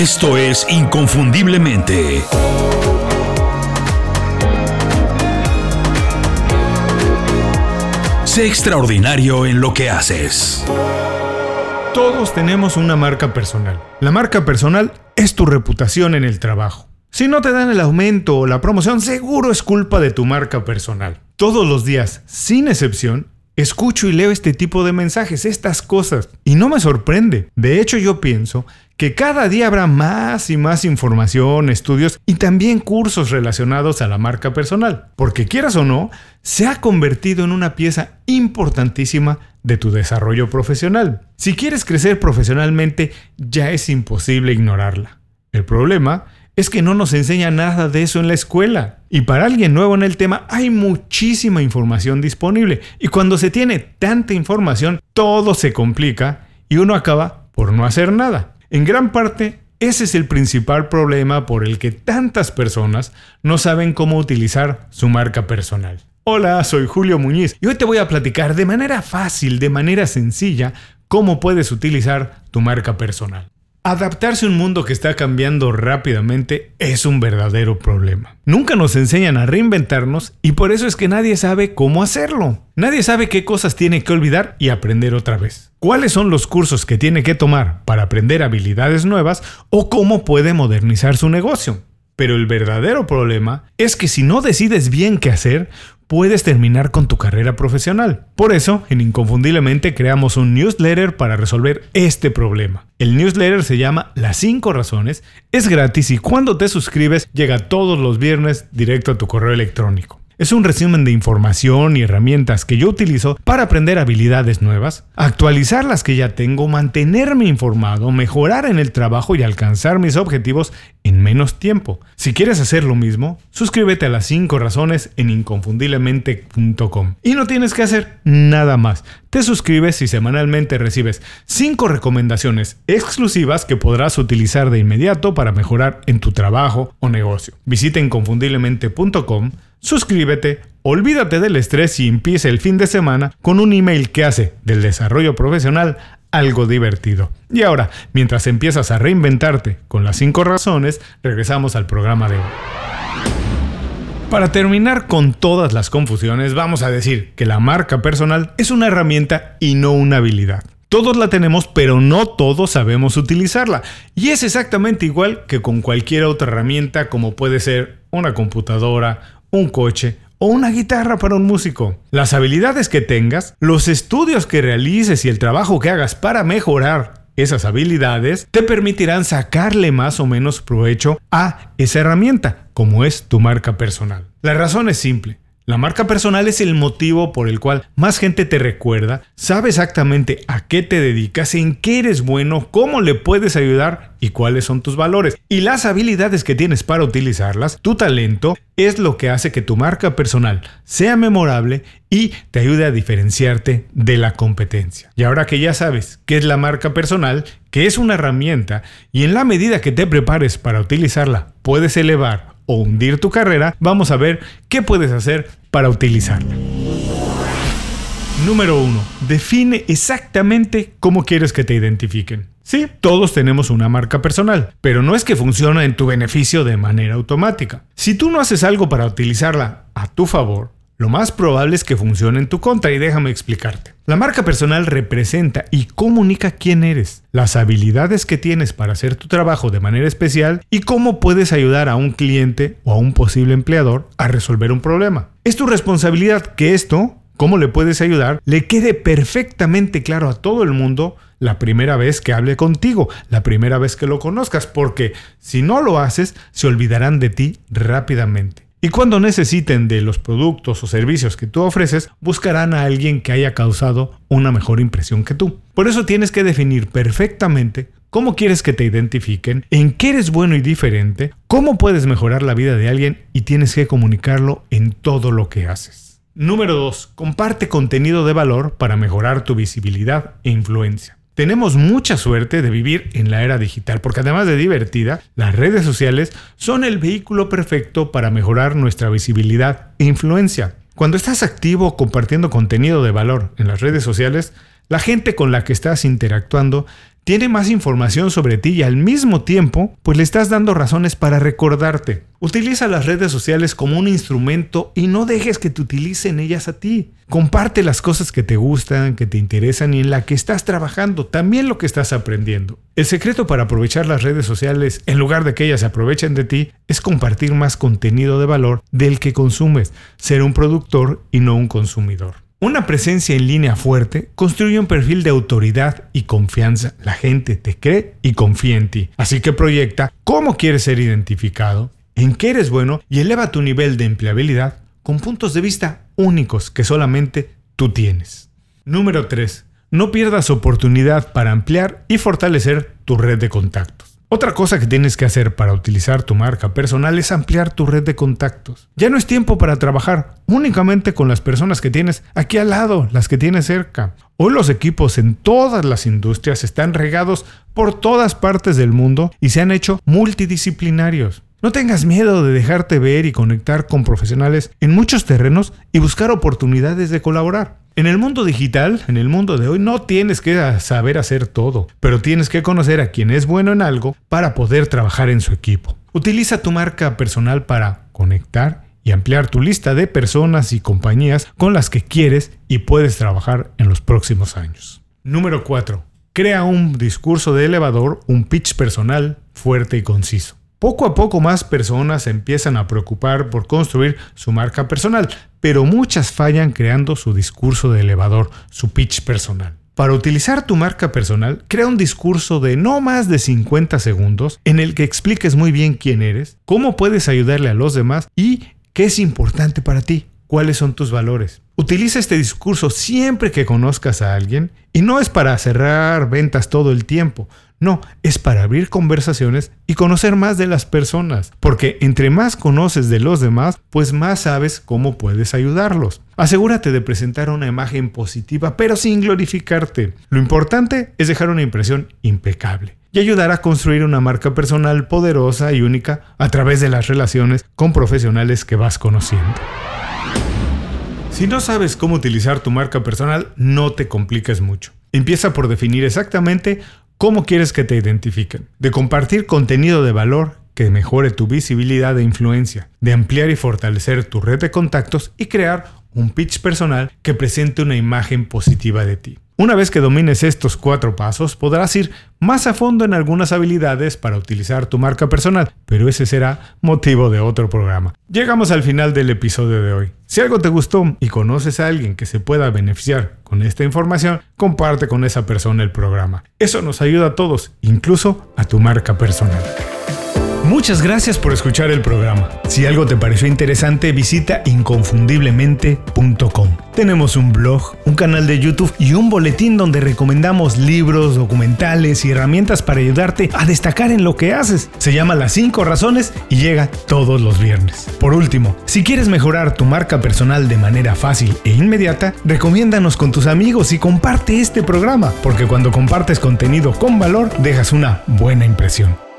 Esto es Inconfundiblemente. Sé extraordinario en lo que haces. Todos tenemos una marca personal. La marca personal es tu reputación en el trabajo. Si no te dan el aumento o la promoción, seguro es culpa de tu marca personal. Todos los días, sin excepción, escucho y leo este tipo de mensajes, estas cosas, y no me sorprende. De hecho, yo pienso que cada día habrá más y más información, estudios y también cursos relacionados a la marca personal, porque quieras o no, se ha convertido en una pieza importantísima de tu desarrollo profesional. Si quieres crecer profesionalmente, ya es imposible ignorarla. El problema es que no nos enseña nada de eso en la escuela. Y para alguien nuevo en el tema hay muchísima información disponible. Y cuando se tiene tanta información, todo se complica y uno acaba por no hacer nada. En gran parte, ese es el principal problema por el que tantas personas no saben cómo utilizar su marca personal. Hola, soy Julio Muñiz y hoy te voy a platicar de manera fácil, de manera sencilla, cómo puedes utilizar tu marca personal. Adaptarse a un mundo que está cambiando rápidamente es un verdadero problema. Nunca nos enseñan a reinventarnos y por eso es que nadie sabe cómo hacerlo. Nadie sabe qué cosas tiene que olvidar y aprender otra vez. ¿Cuáles son los cursos que tiene que tomar para aprender habilidades nuevas o cómo puede modernizar su negocio? Pero el verdadero problema es que si no decides bien qué hacer, puedes terminar con tu carrera profesional. Por eso, en Inconfundiblemente creamos un newsletter para resolver este problema. El newsletter se llama Las 5 Razones, es gratis y cuando te suscribes llega todos los viernes directo a tu correo electrónico. Es un resumen de información y herramientas que yo utilizo para aprender habilidades nuevas, actualizar las que ya tengo, mantenerme informado, mejorar en el trabajo y alcanzar mis objetivos en menos tiempo. Si quieres hacer lo mismo, suscríbete a Las 5 Razones en inconfundiblemente.com. Y no tienes que hacer nada más. Te suscribes y semanalmente recibes 5 recomendaciones exclusivas que podrás utilizar de inmediato para mejorar en tu trabajo o negocio. Visita inconfundiblemente.com. Suscríbete, olvídate del estrés y empieza el fin de semana con un email que hace del desarrollo profesional algo divertido. Y ahora, mientras empiezas a reinventarte con las 5 razones, regresamos al programa de hoy. Para terminar con todas las confusiones, vamos a decir que la marca personal es una herramienta y no una habilidad. Todos la tenemos, pero no todos sabemos utilizarla. Y es exactamente igual que con cualquier otra herramienta como puede ser una computadora, un coche o una guitarra para un músico. Las habilidades que tengas, los estudios que realices y el trabajo que hagas para mejorar esas habilidades te permitirán sacarle más o menos provecho a esa herramienta, como es tu marca personal. La razón es simple. La marca personal es el motivo por el cual más gente te recuerda, sabe exactamente a qué te dedicas, en qué eres bueno, cómo le puedes ayudar y cuáles son tus valores. Y las habilidades que tienes para utilizarlas, tu talento, es lo que hace que tu marca personal sea memorable y te ayude a diferenciarte de la competencia. Y ahora que ya sabes qué es la marca personal, que es una herramienta y en la medida que te prepares para utilizarla, puedes elevar o hundir tu carrera, vamos a ver qué puedes hacer para utilizarla. Número 1. Define exactamente cómo quieres que te identifiquen. Sí, todos tenemos una marca personal, pero no es que funcione en tu beneficio de manera automática. Si tú no haces algo para utilizarla a tu favor, lo más probable es que funcione en tu contra y déjame explicarte. La marca personal representa y comunica quién eres, las habilidades que tienes para hacer tu trabajo de manera especial y cómo puedes ayudar a un cliente o a un posible empleador a resolver un problema. Es tu responsabilidad que esto, cómo le puedes ayudar, le quede perfectamente claro a todo el mundo la primera vez que hable contigo, la primera vez que lo conozcas, porque si no lo haces, se olvidarán de ti rápidamente. Y cuando necesiten de los productos o servicios que tú ofreces, buscarán a alguien que haya causado una mejor impresión que tú. Por eso tienes que definir perfectamente cómo quieres que te identifiquen, en qué eres bueno y diferente, cómo puedes mejorar la vida de alguien y tienes que comunicarlo en todo lo que haces. Número 2. Comparte contenido de valor para mejorar tu visibilidad e influencia. Tenemos mucha suerte de vivir en la era digital porque además de divertida, las redes sociales son el vehículo perfecto para mejorar nuestra visibilidad e influencia. Cuando estás activo compartiendo contenido de valor en las redes sociales, la gente con la que estás interactuando tiene más información sobre ti y al mismo tiempo, pues le estás dando razones para recordarte. Utiliza las redes sociales como un instrumento y no dejes que te utilicen ellas a ti. Comparte las cosas que te gustan, que te interesan y en la que estás trabajando, también lo que estás aprendiendo. El secreto para aprovechar las redes sociales, en lugar de que ellas se aprovechen de ti, es compartir más contenido de valor del que consumes, ser un productor y no un consumidor. Una presencia en línea fuerte construye un perfil de autoridad y confianza. La gente te cree y confía en ti. Así que proyecta cómo quieres ser identificado, en qué eres bueno y eleva tu nivel de empleabilidad con puntos de vista únicos que solamente tú tienes. Número 3. No pierdas oportunidad para ampliar y fortalecer tu red de contactos. Otra cosa que tienes que hacer para utilizar tu marca personal es ampliar tu red de contactos. Ya no es tiempo para trabajar únicamente con las personas que tienes aquí al lado, las que tienes cerca. Hoy los equipos en todas las industrias están regados por todas partes del mundo y se han hecho multidisciplinarios. No tengas miedo de dejarte ver y conectar con profesionales en muchos terrenos y buscar oportunidades de colaborar. En el mundo digital, en el mundo de hoy, no tienes que saber hacer todo, pero tienes que conocer a quien es bueno en algo para poder trabajar en su equipo. Utiliza tu marca personal para conectar y ampliar tu lista de personas y compañías con las que quieres y puedes trabajar en los próximos años. Número 4. Crea un discurso de elevador, un pitch personal fuerte y conciso. Poco a poco más personas se empiezan a preocupar por construir su marca personal, pero muchas fallan creando su discurso de elevador, su pitch personal. Para utilizar tu marca personal, crea un discurso de no más de 50 segundos en el que expliques muy bien quién eres, cómo puedes ayudarle a los demás y qué es importante para ti, cuáles son tus valores. Utiliza este discurso siempre que conozcas a alguien y no es para cerrar ventas todo el tiempo. No, es para abrir conversaciones y conocer más de las personas, porque entre más conoces de los demás, pues más sabes cómo puedes ayudarlos. Asegúrate de presentar una imagen positiva, pero sin glorificarte. Lo importante es dejar una impresión impecable y ayudar a construir una marca personal poderosa y única a través de las relaciones con profesionales que vas conociendo. Si no sabes cómo utilizar tu marca personal, no te compliques mucho. Empieza por definir exactamente ¿cómo quieres que te identifiquen? De compartir contenido de valor que mejore tu visibilidad e influencia, de ampliar y fortalecer tu red de contactos y crear un pitch personal que presente una imagen positiva de ti. Una vez que domines estos 4 pasos, podrás ir más a fondo en algunas habilidades para utilizar tu marca personal, pero ese será motivo de otro programa. Llegamos al final del episodio de hoy. Si algo te gustó y conoces a alguien que se pueda beneficiar con esta información, comparte con esa persona el programa. Eso nos ayuda a todos, incluso a tu marca personal. Muchas gracias por escuchar el programa. Si algo te pareció interesante, visita inconfundiblemente.com. Tenemos un blog, un canal de YouTube y un boletín donde recomendamos libros, documentales y herramientas para ayudarte a destacar en lo que haces. Se llama Las 5 Razones y llega todos los viernes. Por último, si quieres mejorar tu marca personal de manera fácil e inmediata, recomiéndanos con tus amigos y comparte este programa, porque cuando compartes contenido con valor, dejas una buena impresión.